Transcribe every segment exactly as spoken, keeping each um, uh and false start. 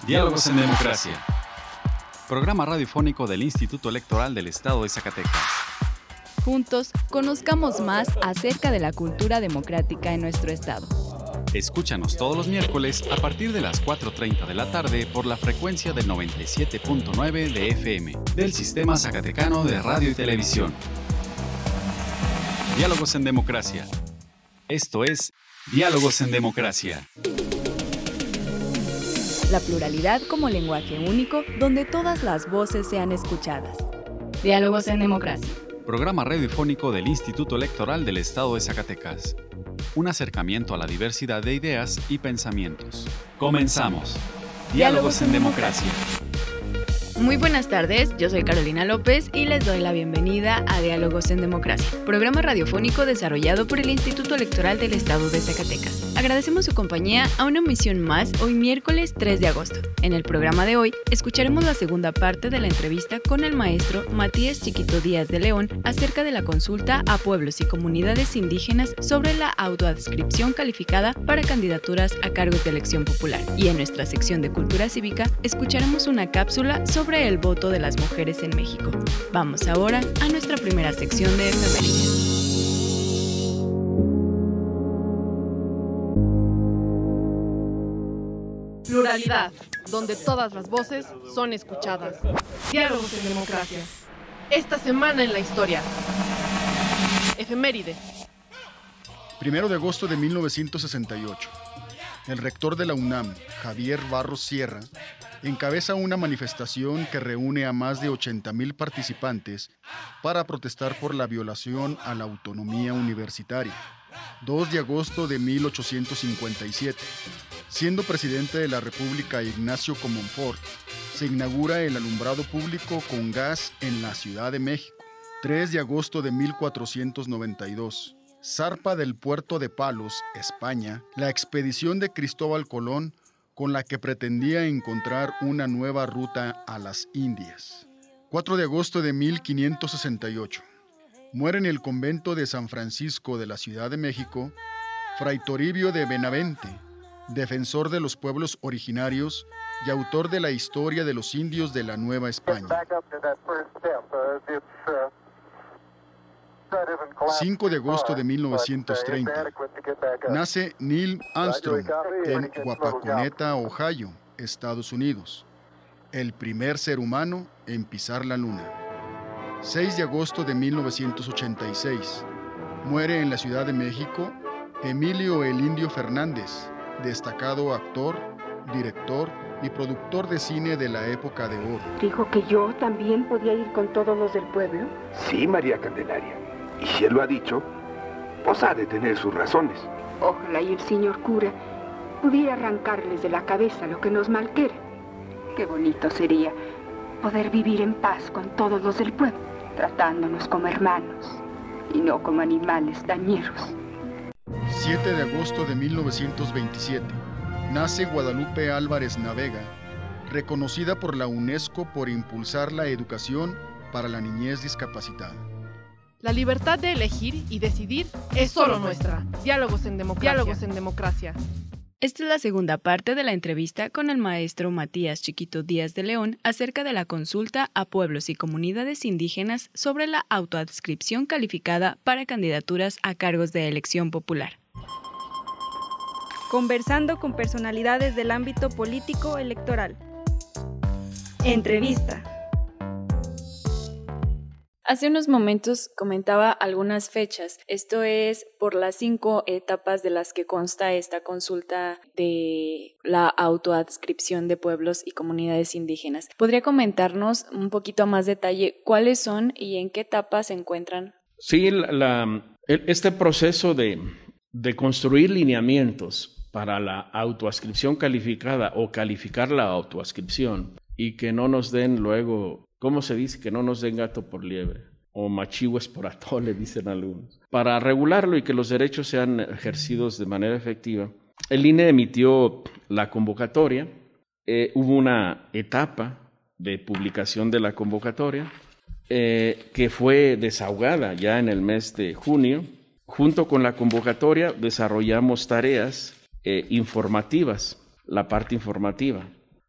Diálogos en Democracia. Programa radiofónico del Instituto Electoral del Estado de Zacatecas. Juntos, conozcamos más acerca de la cultura democrática en nuestro estado. Escúchanos todos los miércoles a partir de las cuatro treinta de la tarde por la frecuencia del noventa y siete punto nueve de F M del Sistema Zacatecano de Radio y Televisión. Diálogos en Democracia. Esto es Diálogos en Democracia. La pluralidad como lenguaje único donde todas las voces sean escuchadas. Diálogos en Democracia. Programa radiofónico del Instituto Electoral del Estado de Zacatecas. Un acercamiento a la diversidad de ideas y pensamientos. Comenzamos. Diálogos en Democracia. Muy buenas tardes, yo soy Carolina López y les doy la bienvenida a Diálogos en Democracia, programa radiofónico desarrollado por el Instituto Electoral del Estado de Zacatecas. Agradecemos su compañía a una emisión más hoy miércoles tres de agosto. En el programa de hoy escucharemos la segunda parte de la entrevista con el maestro Matías Chiquito Díaz de León acerca de la consulta a pueblos y comunidades indígenas sobre la autoadscripción calificada para candidaturas a cargos de elección popular. Y en nuestra sección de Cultura Cívica escucharemos una cápsula sobre sobre el voto de las mujeres en México. Vamos ahora a nuestra primera sección de efemérides. Pluralidad, donde todas las voces son escuchadas. Diálogos en Democracia. Esta semana en la historia. Efemérides. Primero de agosto de mil novecientos sesenta y ocho. El rector de la UNAM, Javier Barros Sierra, encabeza una manifestación que reúne a más de ochenta mil participantes para protestar por la violación a la autonomía universitaria. dos de agosto de mil ochocientos cincuenta y siete. Siendo presidente de la República Ignacio Comonfort, se inaugura el alumbrado público con gas en la Ciudad de México. tres de agosto de mil cuatrocientos noventa y dos. Zarpa del puerto de Palos, España, la expedición de Cristóbal Colón con la que pretendía encontrar una nueva ruta a las Indias. cuatro de agosto de mil quinientos sesenta y ocho. Muere en el convento de San Francisco de la Ciudad de México Fray Toribio de Benavente, defensor de los pueblos originarios y autor de la historia de los indios de la Nueva España. cinco de agosto de mil novecientos treinta. Nace Neil Armstrong en Wapakoneta, Ohio, Estados Unidos. El primer ser humano en pisar la luna. seis de agosto de mil novecientos ochenta y seis. Muere en la Ciudad de México Emilio El Indio Fernández, destacado actor, director y productor de cine de la época de oro. ¿Dijo que yo también podía ir con todos los del pueblo? Sí, María Candelaria. Y si él lo ha dicho, pues ha de tener sus razones. Ojalá y el señor cura pudiera arrancarles de la cabeza lo que nos malquera. Qué bonito sería poder vivir en paz con todos los del pueblo, tratándonos como hermanos y no como animales dañeros. siete de agosto de mil novecientos veintisiete. Nace Guadalupe Álvarez Navega, reconocida por la UNESCO por impulsar la educación para la niñez discapacitada. La libertad de elegir y decidir es solo nuestra. Diálogos en Democracia. Diálogos en Democracia. Esta es la segunda parte de la entrevista con el maestro Matías Chiquito Díaz de León acerca de la consulta a pueblos y comunidades indígenas sobre la autoadscripción calificada para candidaturas a cargos de elección popular. Conversando con personalidades del ámbito político electoral. Entrevista. Hace unos momentos comentaba algunas fechas. Esto es por las cinco etapas de las que consta esta consulta de la autoadscripción de pueblos y comunidades indígenas. ¿Podría comentarnos un poquito a más detalle cuáles son y en qué etapas se encuentran? Sí, la, la, este proceso de, de construir lineamientos para la autoadscripción calificada o calificar la autoadscripción y que no nos den luego... ¿Cómo se dice? Que no nos den gato por liebre o machihues por atole, dicen algunos. Para regularlo y que los derechos sean ejercidos de manera efectiva, el I N E emitió la convocatoria, eh, hubo una etapa de publicación de la convocatoria eh, que fue desahogada ya en el mes de junio. Junto con la convocatoria desarrollamos tareas eh, informativas, la parte informativa.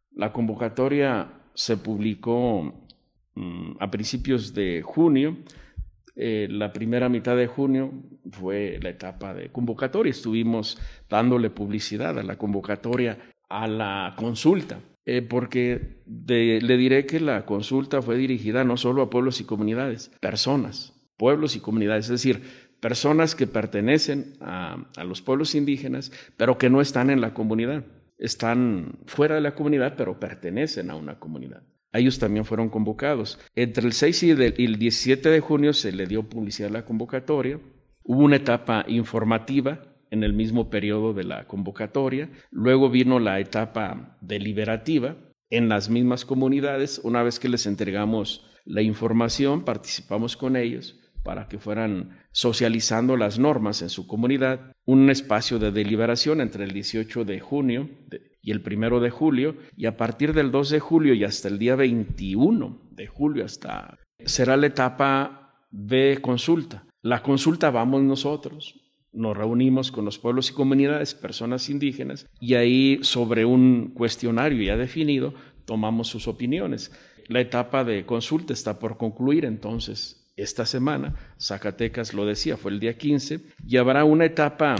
La convocatoria se publicó um, a principios de junio. Eh, la primera mitad de junio fue la etapa de convocatoria. Estuvimos dándole publicidad a la convocatoria, a la consulta, eh, porque de, le diré que la consulta fue dirigida no solo a pueblos y comunidades, personas, pueblos y comunidades, es decir, personas que pertenecen a, a los pueblos indígenas, pero que no están en la comunidad. Están fuera de la comunidad, pero pertenecen a una comunidad. Ellos también fueron convocados. Entre el seis y el diecisiete de junio se le dio publicidad a la convocatoria. Hubo una etapa informativa en el mismo periodo de la convocatoria. Luego vino la etapa deliberativa en las mismas comunidades. Una vez que les entregamos la información, participamos con ellos para que fueran socializando las normas en su comunidad. Un espacio de deliberación entre el dieciocho de junio y el primero de julio, y a partir del dos de julio y hasta el día veintiuno de julio hasta será la etapa de consulta. La consulta vamos nosotros, nos reunimos con los pueblos y comunidades, personas indígenas, y ahí sobre un cuestionario ya definido tomamos sus opiniones. La etapa de consulta está por concluir entonces esta semana. Zacatecas lo decía, fue el día quince, y habrá una etapa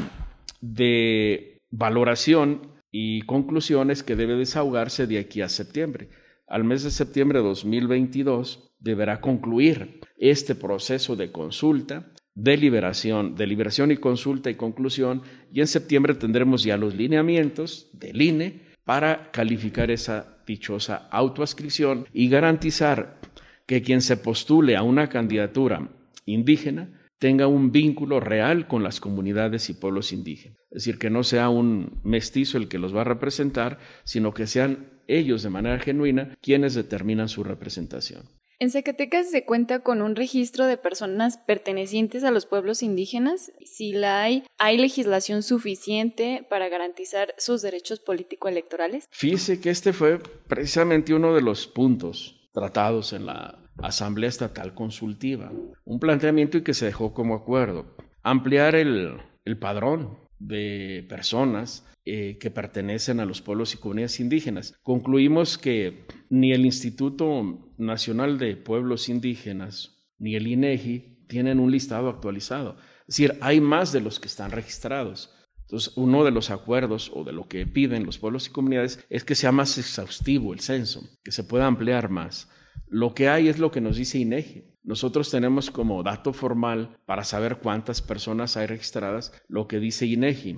de valoración y conclusiones que debe desahogarse de aquí a septiembre. Al mes de septiembre de dos mil veintidós deberá concluir este proceso de consulta, deliberación, deliberación y consulta y conclusión, y en septiembre tendremos ya los lineamientos del I N E para calificar esa dichosa autoadscripción y garantizar que quien se postule a una candidatura indígena tenga un vínculo real con las comunidades y pueblos indígenas. Es decir, que no sea un mestizo el que los va a representar, sino que sean ellos de manera genuina quienes determinan su representación. En Zacatecas se cuenta con un registro de personas pertenecientes a los pueblos indígenas. Si la hay, ¿hay legislación suficiente para garantizar sus derechos político-electorales? Fíjese que este fue precisamente uno de los puntos tratados en la Asamblea Estatal Consultiva. Un planteamiento y que se dejó como acuerdo. Ampliar el, el padrón de personas eh, que pertenecen a los pueblos y comunidades indígenas. Concluimos que ni el Instituto Nacional de Pueblos Indígenas ni el INEGI tienen un listado actualizado. Es decir, hay más de los que están registrados. Entonces, uno de los acuerdos o de lo que piden los pueblos y comunidades es que sea más exhaustivo el censo, que se pueda ampliar más. Lo que hay es lo que nos dice INEGI. Nosotros tenemos como dato formal para saber cuántas personas hay registradas lo que dice INEGI,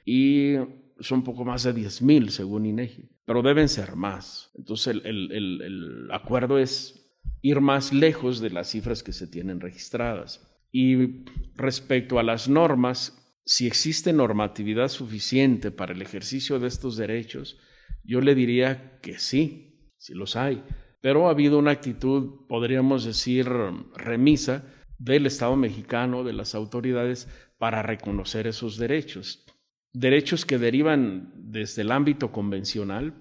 y son poco más de diez mil según INEGI, pero deben ser más. Entonces el, el, el, el acuerdo es ir más lejos de las cifras que se tienen registradas. Y respecto a las normas, si existe normatividad suficiente para el ejercicio de estos derechos, yo le diría que sí, sí los hay. Pero ha habido una actitud, podríamos decir, remisa del Estado mexicano, de las autoridades, para reconocer esos derechos. Derechos que derivan desde el ámbito convencional.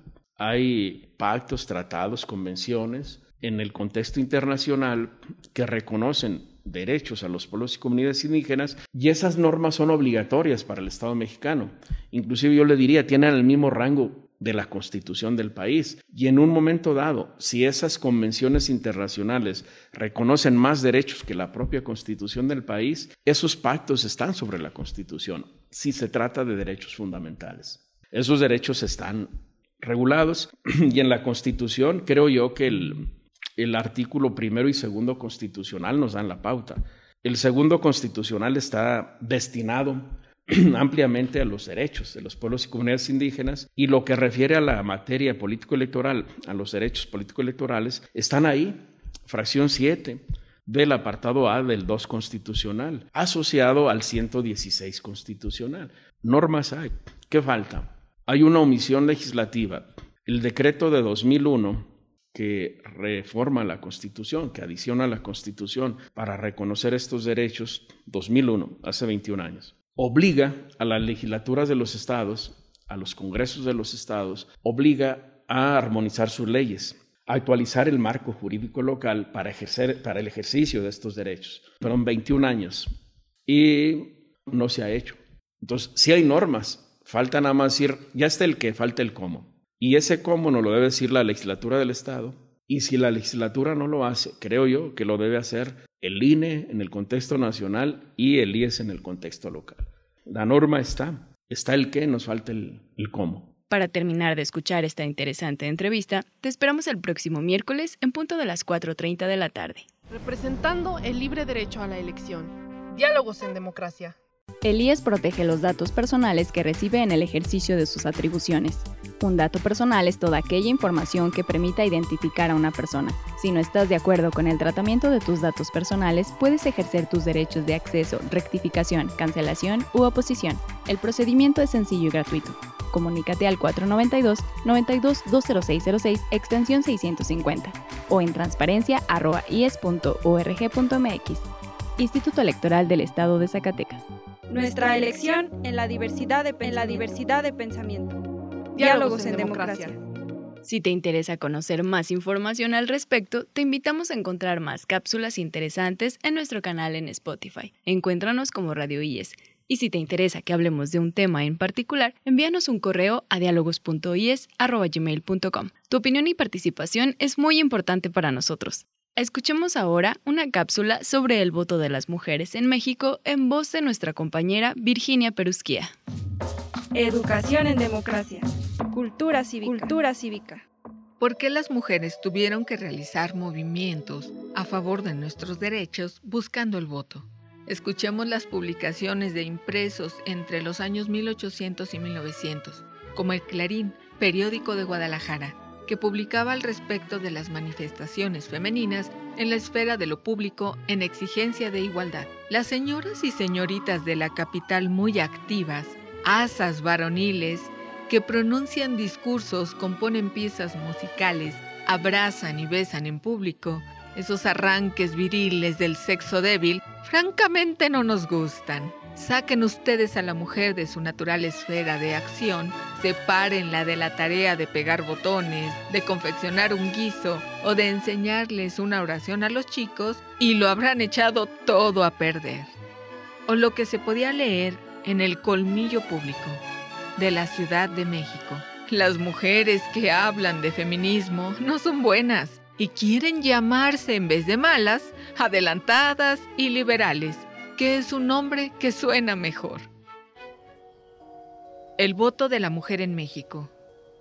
Hay pactos, tratados, convenciones en el contexto internacional que reconocen derechos a los pueblos y comunidades indígenas, y esas normas son obligatorias para el Estado mexicano. Inclusive yo le diría, tienen el mismo rango de la Constitución del país, y en un momento dado, si esas convenciones internacionales reconocen más derechos que la propia Constitución del país, esos pactos están sobre la Constitución, si se trata de derechos fundamentales. Esos derechos están regulados, y en la Constitución creo yo que el, el artículo primero y segundo constitucional nos dan la pauta. El segundo constitucional está destinado ampliamente a los derechos de los pueblos y comunidades indígenas, y lo que refiere a la materia político-electoral, a los derechos político-electorales, están ahí, fracción siete del apartado A del dos constitucional, asociado al ciento dieciséis constitucional. Normas hay. ¿Qué falta? Hay una omisión legislativa. El decreto de dos mil uno, que reforma la Constitución, que adiciona a la Constitución para reconocer estos derechos, dos mil uno, hace veintiún años, obliga a las legislaturas de los estados, a los congresos de los estados, obliga a armonizar sus leyes, a actualizar el marco jurídico local para, ejercer, para el ejercicio de estos derechos. Fueron veintiún años y no se ha hecho. Entonces, sí hay normas, falta nada más decir, ya está el qué, falta el cómo. Y ese cómo nos lo debe decir la legislatura del Estado. Y si la legislatura no lo hace, creo yo que lo debe hacer el I N E en el contexto nacional y el I E S en el contexto local. La norma está, está el qué, nos falta el, el cómo. Para terminar de escuchar esta interesante entrevista, te esperamos el próximo miércoles en punto de las cuatro treinta de la tarde. Representando el libre derecho a la elección. Diálogos en democracia. El I E S protege los datos personales que recibe en el ejercicio de sus atribuciones. Un dato personal es toda aquella información que permita identificar a una persona. Si no estás de acuerdo con el tratamiento de tus datos personales, puedes ejercer tus derechos de acceso, rectificación, cancelación u oposición. El procedimiento es sencillo y gratuito. Comunícate al cuatro nueve dos, nueve dos, dos cero seis cero seis, extensión seiscientos cincuenta o en transparencia arroba i e s punto org punto m x. Instituto Electoral del Estado de Zacatecas. Nuestra elección en la diversidad de, en la diversidad de pensamiento. Diálogos, Diálogos en, en democracia. democracia. Si te interesa conocer más información al respecto, te invitamos a encontrar más cápsulas interesantes en nuestro canal en Spotify. Encuéntranos como Radio I E S. Y si te interesa que hablemos de un tema en particular, envíanos un correo a diálogos punto i e s arroba gmail punto com. Tu opinión y participación es muy importante para nosotros. Escuchemos ahora una cápsula sobre el voto de las mujeres en México en voz de nuestra compañera Virginia Perusquía. Educación en democracia. Cultura cívica. Cultura cívica. ¿Por qué las mujeres tuvieron que realizar movimientos a favor de nuestros derechos buscando el voto? Escuchemos las publicaciones de impresos entre los años mil ochocientos y mil novecientos, como el Clarín, periódico de Guadalajara, que publicaba al respecto de las manifestaciones femeninas en la esfera de lo público en exigencia de igualdad. Las señoras y señoritas de la capital muy activas, asas varoniles, que pronuncian discursos, componen piezas musicales, abrazan y besan en público, esos arranques viriles del sexo débil, francamente no nos gustan. Saquen ustedes a la mujer de su natural esfera de acción, sepárenla de la tarea de pegar botones, de confeccionar un guiso o de enseñarles una oración a los chicos y lo habrán echado todo a perder. O lo que se podía leer en el Colmillo Público de la Ciudad de México. Las mujeres que hablan de feminismo no son buenas y quieren llamarse en vez de malas, adelantadas y liberales, que es un nombre que suena mejor. El voto de la mujer en México.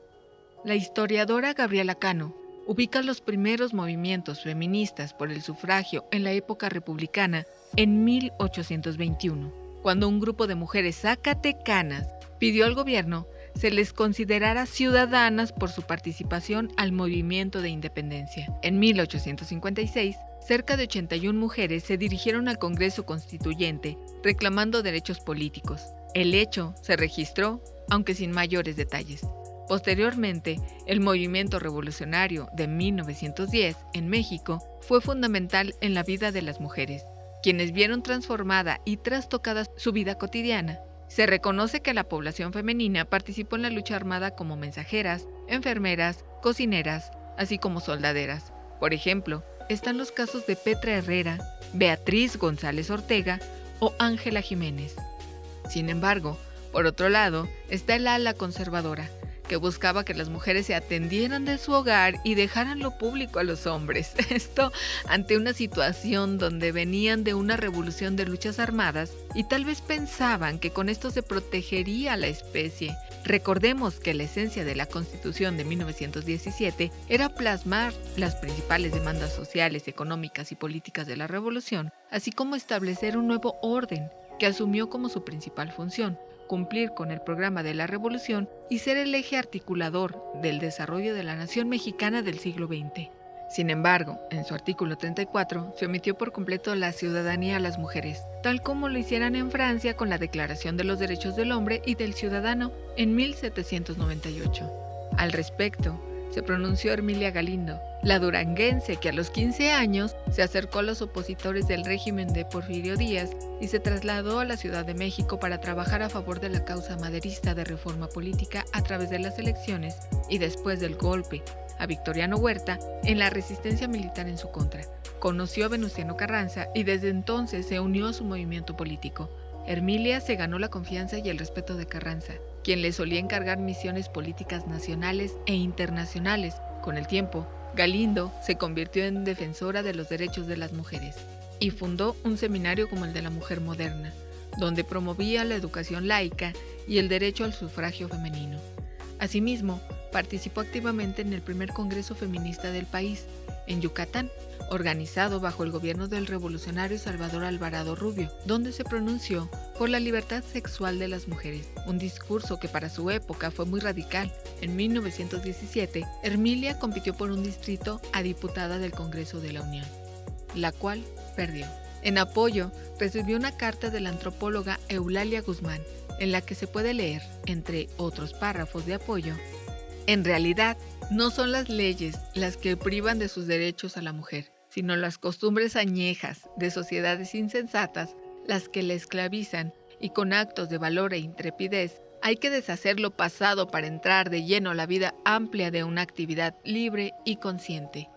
La historiadora Gabriela Cano ubica los primeros movimientos feministas por el sufragio en la época republicana en mil ochocientos veintiuno, cuando un grupo de mujeres zacatecanas pidió al gobierno se les considerara ciudadanas por su participación al movimiento de independencia. En mil ochocientos cincuenta y seis, cerca de ochenta y una mujeres se dirigieron al Congreso Constituyente reclamando derechos políticos. El hecho se registró, aunque sin mayores detalles. Posteriormente, el movimiento revolucionario de mil novecientos diez en México fue fundamental en la vida de las mujeres, quienes vieron transformada y trastocada su vida cotidiana. Se reconoce que la población femenina participó en la lucha armada como mensajeras, enfermeras, cocineras, así como soldaderas. Por ejemplo, están los casos de Petra Herrera, Beatriz González Ortega o Ángela Jiménez. Sin embargo, por otro lado, está el ala conservadora, que buscaba que las mujeres se atendieran de su hogar y dejaran lo público a los hombres. Esto ante una situación donde venían de una revolución de luchas armadas y tal vez pensaban que con esto se protegería a la especie. Recordemos que la esencia de la Constitución de mil novecientos diecisiete era plasmar las principales demandas sociales, económicas y políticas de la revolución, así como establecer un nuevo orden que asumió como su principal función cumplir con el programa de la revolución y ser el eje articulador del desarrollo de la nación mexicana del siglo veinte. Sin embargo, en su artículo treinta y cuatro se omitió por completo la ciudadanía a las mujeres, tal como lo hicieran en Francia con la Declaración de los Derechos del Hombre y del Ciudadano en mil setecientos noventa y ocho. Al respecto, se pronunció Hermilia Galindo, la duranguense que a los quince años se acercó a los opositores del régimen de Porfirio Díaz y se trasladó a la Ciudad de México para trabajar a favor de la causa maderista de reforma política a través de las elecciones y después del golpe a Victoriano Huerta en la resistencia militar en su contra. Conoció a Venustiano Carranza y desde entonces se unió a su movimiento político. Hermilia se ganó la confianza y el respeto de Carranza, quien le solía encargar misiones políticas nacionales e internacionales. Con el tiempo, Galindo se convirtió en defensora de los derechos de las mujeres y fundó un seminario como el de la Mujer Moderna, donde promovía la educación laica y el derecho al sufragio femenino. Asimismo, participó activamente en el primer Congreso Feminista del país, en Yucatán, organizado bajo el gobierno del revolucionario Salvador Alvarado Rubio, donde se pronunció por la libertad sexual de las mujeres, un discurso que para su época fue muy radical. En mil novecientos diecisiete, Hermilia compitió por un distrito a diputada del Congreso de la Unión, la cual perdió. En apoyo, recibió una carta de la antropóloga Eulalia Guzmán, en la que se puede leer, entre otros párrafos de apoyo: en realidad, no son las leyes las que privan de sus derechos a la mujer, sino las costumbres añejas de sociedades insensatas las que la esclavizan, y con actos de valor e intrepidez hay que deshacer lo pasado para entrar de lleno a la vida amplia de una actividad libre y consciente.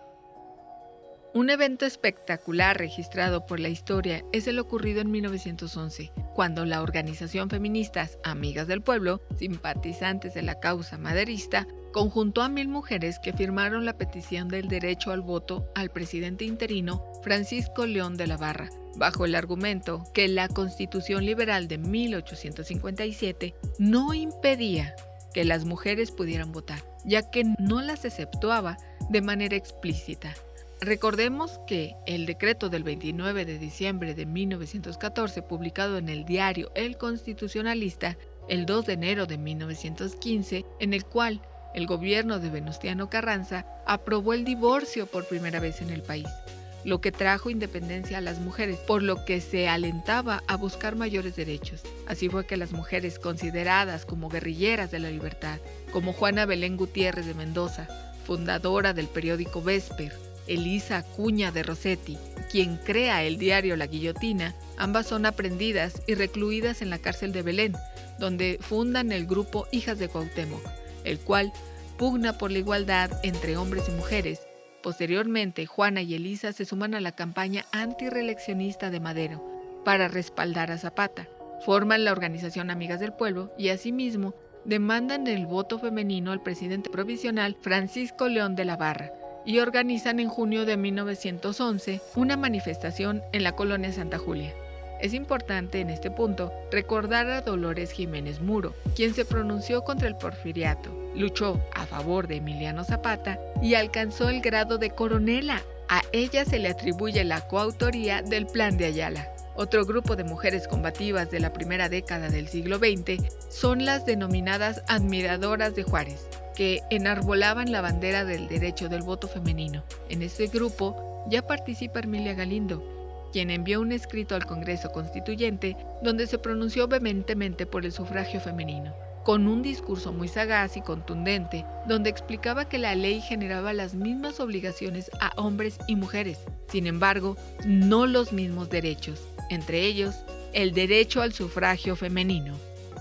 Un evento espectacular registrado por la historia es el ocurrido en mil novecientos once, cuando la organización feminista Amigas del Pueblo, simpatizantes de la causa maderista, conjuntó a mil mujeres que firmaron la petición del derecho al voto al presidente interino Francisco León de la Barra, bajo el argumento que la Constitución Liberal de mil ochocientos cincuenta y siete no impedía que las mujeres pudieran votar, ya que no las exceptuaba de manera explícita. Recordemos que el decreto del veintinueve de diciembre de mil novecientos catorce, publicado en el diario El Constitucionalista el dos de enero de mil novecientos quince, en el cual el gobierno de Venustiano Carranza aprobó el divorcio por primera vez en el país, lo que trajo independencia a las mujeres, por lo que se alentaba a buscar mayores derechos. Así fue que las mujeres consideradas como guerrilleras de la libertad, como Juana Belén Gutiérrez de Mendoza, fundadora del periódico Vesper, Elisa Acuña de Rossetti, quien crea el diario La Guillotina, ambas son aprehendidas y recluidas en la cárcel de Belén, donde fundan el grupo Hijas de Cuauhtémoc, el cual pugna por la igualdad entre hombres y mujeres. Posteriormente, Juana y Elisa se suman a la campaña antirreeleccionista de Madero para respaldar a Zapata, forman la organización Amigas del Pueblo y asimismo demandan el voto femenino al presidente provisional Francisco León de la Barra, y organizan en junio de mil novecientos once una manifestación en la colonia Santa Julia. Es importante en este punto recordar a Dolores Jiménez Muro, quien se pronunció contra el porfiriato, luchó a favor de Emiliano Zapata y alcanzó el grado de coronela. A ella se le atribuye la coautoría del Plan de Ayala. Otro grupo de mujeres combativas de la primera década del siglo veinte son las denominadas admiradoras de Juárez, que enarbolaban la bandera del derecho del voto femenino. En este grupo ya participa Hermilia Galindo, quien envió un escrito al Congreso Constituyente donde se pronunció vehementemente por el sufragio femenino, con un discurso muy sagaz y contundente, donde explicaba que la ley generaba las mismas obligaciones a hombres y mujeres, sin embargo, no los mismos derechos, entre ellos, el derecho al sufragio femenino.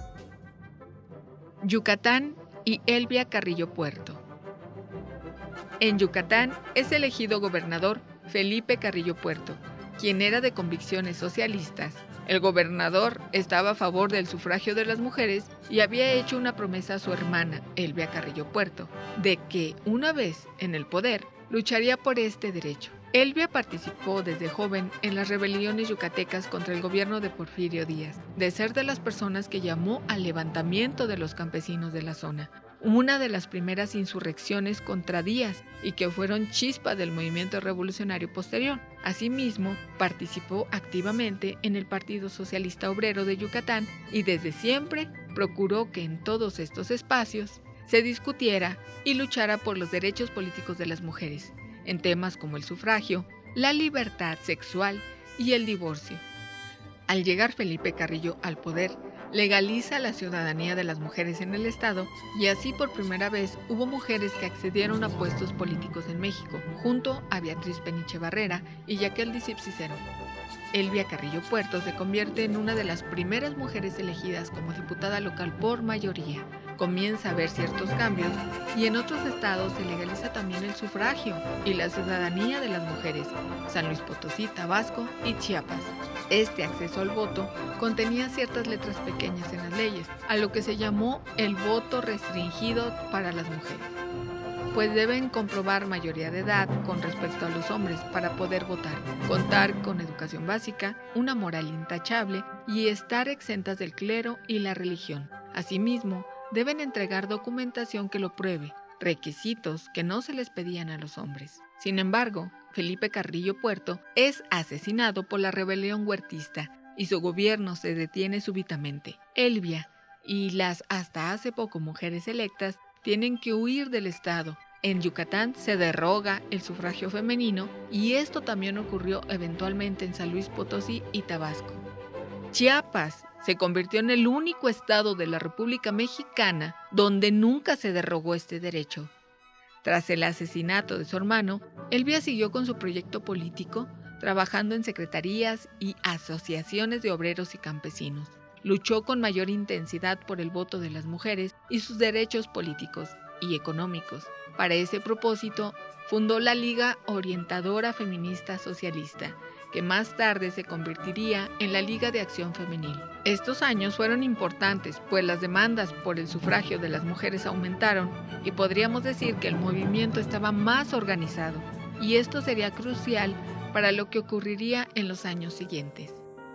Yucatán y Elvia Carrillo Puerto. En Yucatán es elegido gobernador Felipe Carrillo Puerto, quien era de convicciones socialistas. El gobernador estaba a favor del sufragio de las mujeres y había hecho una promesa a su hermana, Elvia Carrillo Puerto, de que, una vez en el poder, lucharía por este derecho. Elvia participó desde joven en las rebeliones yucatecas contra el gobierno de Porfirio Díaz, de ser de las personas que llamó al levantamiento de los campesinos de la zona, una de las primeras insurrecciones contra Díaz y que fueron chispa del movimiento revolucionario posterior. Asimismo, participó activamente en el Partido Socialista Obrero de Yucatán y desde siempre procuró que en todos estos espacios se discutiera y luchara por los derechos políticos de las mujeres, en temas como el sufragio, la libertad sexual y el divorcio. Al llegar Felipe Carrillo al poder, legaliza la ciudadanía de las mujeres en el estado y así por primera vez hubo mujeres que accedieron a puestos políticos en México, junto a Beatriz Peniche Barrera y Yaquel Disip Cicero. Elvia Carrillo Puerto se convierte en una de las primeras mujeres elegidas como diputada local por mayoría, comienza a haber ciertos cambios y en otros estados se legaliza también el sufragio y la ciudadanía de las mujeres, San Luis Potosí, Tabasco y Chiapas. Este acceso al voto contenía ciertas letras pequeñas en las leyes, a lo que se llamó el voto restringido para las mujeres, pues deben comprobar mayoría de edad con respecto a los hombres para poder votar, contar con educación básica, una moral intachable y estar exentas del clero y la religión. Asimismo, deben entregar documentación que lo pruebe, requisitos que no se les pedían a los hombres. Sin embargo, Felipe Carrillo Puerto es asesinado por la rebelión huertista y su gobierno se detiene súbitamente. Elvia y las hasta hace poco mujeres electas tienen que huir del estado. En Yucatán se derroga el sufragio femenino y esto también ocurrió eventualmente en San Luis Potosí y Tabasco. Chiapas se convirtió en el único estado de la República Mexicana donde nunca se derogó este derecho. Tras el asesinato de su hermano, Elvia siguió con su proyecto político, trabajando en secretarías y asociaciones de obreros y campesinos. Luchó con mayor intensidad por el voto de las mujeres y sus derechos políticos y económicos. Para ese propósito, fundó la Liga Orientadora Feminista Socialista, que más tarde se convertiría en la Liga de Acción Femenil. Estos años fueron importantes, pues las demandas por el sufragio de las mujeres aumentaron y podríamos decir que el movimiento estaba más organizado, y esto sería crucial para lo que ocurriría en los años siguientes.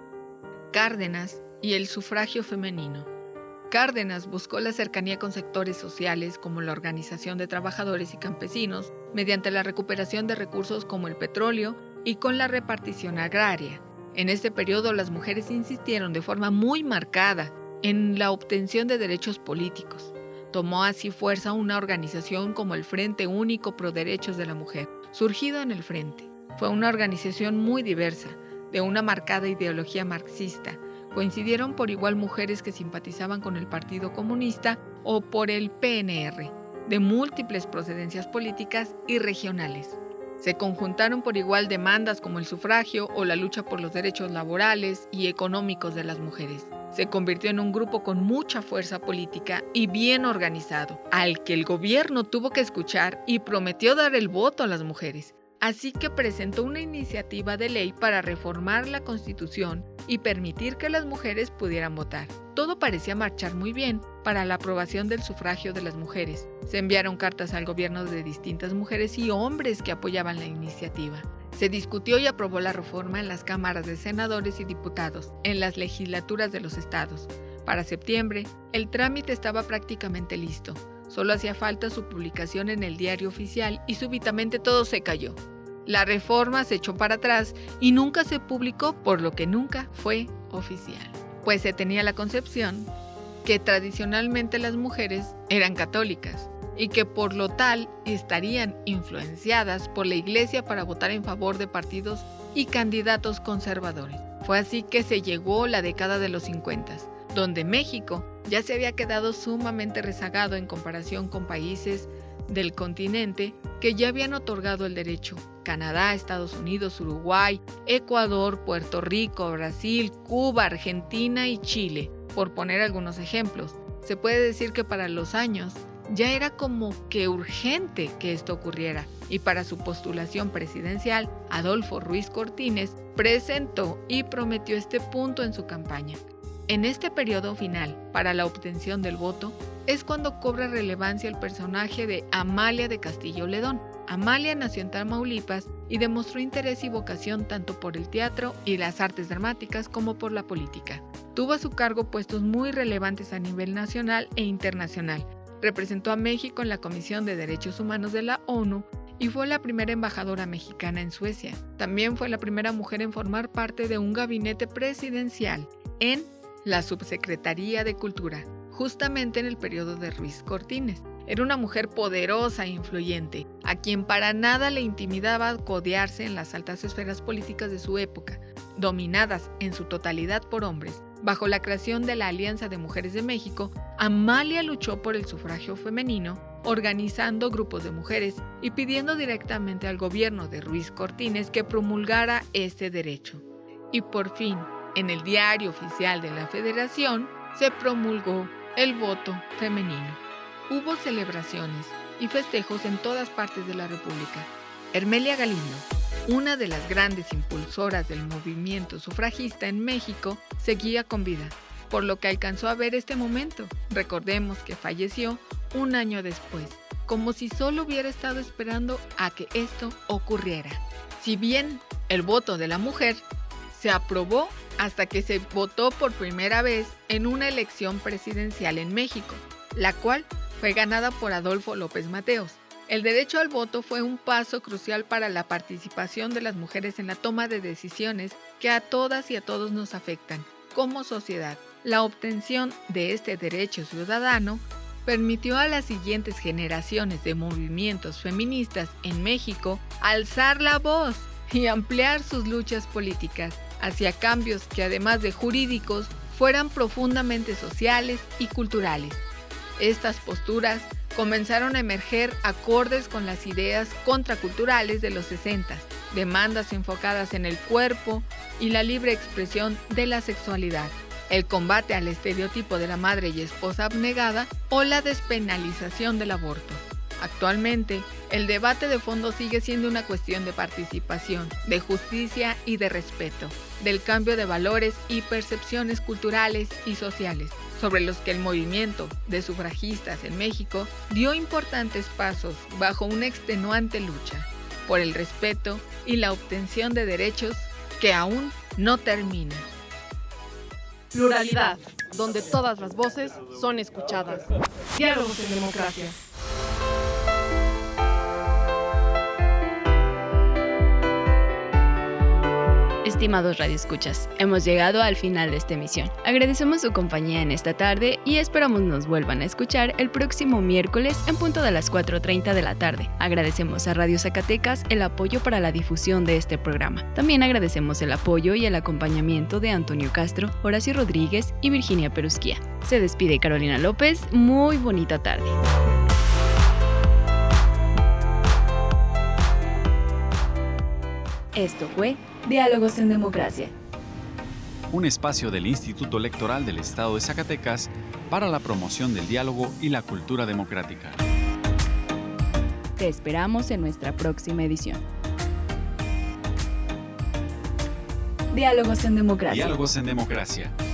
Cárdenas y el sufragio femenino. Cárdenas buscó la cercanía con sectores sociales como la Organización de Trabajadores y Campesinos mediante la recuperación de recursos como el petróleo y con la repartición agraria. En este periodo las mujeres insistieron de forma muy marcada en la obtención de derechos políticos. Tomó así fuerza una organización como el Frente Único Pro Derechos de la Mujer, surgido en el Frente. Fue una organización muy diversa, de una marcada ideología marxista. Coincidieron por igual mujeres que simpatizaban con el Partido Comunista o por el P N R, de múltiples procedencias políticas y regionales. Se conjuntaron por igual demandas como el sufragio o la lucha por los derechos laborales y económicos de las mujeres. Se convirtió en un grupo con mucha fuerza política y bien organizado, al que el gobierno tuvo que escuchar y prometió dar el voto a las mujeres. Así que presentó una iniciativa de ley para reformar la Constitución y permitir que las mujeres pudieran votar. Todo parecía marchar muy bien para la aprobación del sufragio de las mujeres. Se enviaron cartas al gobierno de distintas mujeres y hombres que apoyaban la iniciativa. Se discutió y aprobó la reforma en las cámaras de senadores y diputados, en las legislaturas de los estados. Para septiembre, el trámite estaba prácticamente listo. Solo hacía falta su publicación en el diario oficial y súbitamente todo se cayó. La reforma se echó para atrás y nunca se publicó, por lo que nunca fue oficial. Pues se tenía la concepción que tradicionalmente las mujeres eran católicas y que por lo tal estarían influenciadas por la Iglesia para votar en favor de partidos y candidatos conservadores. Fue así que se llegó la década de los cincuenta, donde México ya se había quedado sumamente rezagado en comparación con países del continente que ya habían otorgado el derecho: Canadá, Estados Unidos, Uruguay, Ecuador, Puerto Rico, Brasil, Cuba, Argentina y Chile, por poner algunos ejemplos. Se puede decir que para los años ya era como que urgente que esto ocurriera, y para su postulación presidencial, Adolfo Ruiz Cortines presentó y prometió este punto en su campaña. En este periodo final, para la obtención del voto, es cuando cobra relevancia el personaje de Amalia de Castillo Ledón. Amalia nació en Tamaulipas y demostró interés y vocación tanto por el teatro y las artes dramáticas como por la política. Tuvo a su cargo puestos muy relevantes a nivel nacional e internacional. Representó a México en la Comisión de Derechos Humanos de la ONU y fue la primera embajadora mexicana en Suecia. También fue la primera mujer en formar parte de un gabinete presidencial en la Subsecretaría de Cultura, justamente en el periodo de Ruiz Cortines. Era una mujer poderosa e influyente, a quien para nada le intimidaba codearse en las altas esferas políticas de su época, dominadas en su totalidad por hombres. Bajo la creación de la Alianza de Mujeres de México, Amalia luchó por el sufragio femenino, organizando grupos de mujeres y pidiendo directamente al gobierno de Ruiz Cortines que promulgara este derecho. Y por fin, en el Diario Oficial de la Federación, se promulgó El voto femenino. Hubo celebraciones y festejos en todas partes de la República. Hermelia Galindo, una de las grandes impulsoras del movimiento sufragista en México, seguía con vida, por lo que alcanzó a ver este momento. Recordemos que falleció un año después, como si solo hubiera estado esperando a que esto ocurriera. Si bien el voto de la mujer se aprobó hasta que se votó por primera vez en una elección presidencial en México, la cual fue ganada por Adolfo López Mateos. El derecho al voto fue un paso crucial para la participación de las mujeres en la toma de decisiones que a todas y a todos nos afectan como sociedad. La obtención de este derecho ciudadano permitió a las siguientes generaciones de movimientos feministas en México alzar la voz y ampliar sus luchas políticas hacia cambios que, además de jurídicos, fueran profundamente sociales y culturales. Estas posturas comenzaron a emerger acordes con las ideas contraculturales de los sesenta, demandas enfocadas en el cuerpo y la libre expresión de la sexualidad, el combate al estereotipo de la madre y esposa abnegada o la despenalización del aborto. Actualmente, el debate de fondo sigue siendo una cuestión de participación, de justicia y de respeto, del cambio de valores y percepciones culturales y sociales, sobre los que el movimiento de sufragistas en México dio importantes pasos bajo una extenuante lucha por el respeto y la obtención de derechos que aún no terminan. Pluralidad, donde todas las voces son escuchadas. Diálogos en democracia. Estimados radioescuchas, hemos llegado al final de esta emisión. Agradecemos su compañía en esta tarde y esperamos nos vuelvan a escuchar el próximo miércoles en punto de las cuatro treinta de la tarde. Agradecemos a Radio Zacatecas el apoyo para la difusión de este programa. También agradecemos el apoyo y el acompañamiento de Antonio Castro, Horacio Rodríguez y Virginia Perusquía. Se despide Carolina López. Muy bonita tarde. Esto fue Diálogos en Democracia, un espacio del Instituto Electoral del Estado de Zacatecas para la promoción del diálogo y la cultura democrática. Te esperamos en nuestra próxima edición. Diálogos en Democracia. Diálogos en Democracia.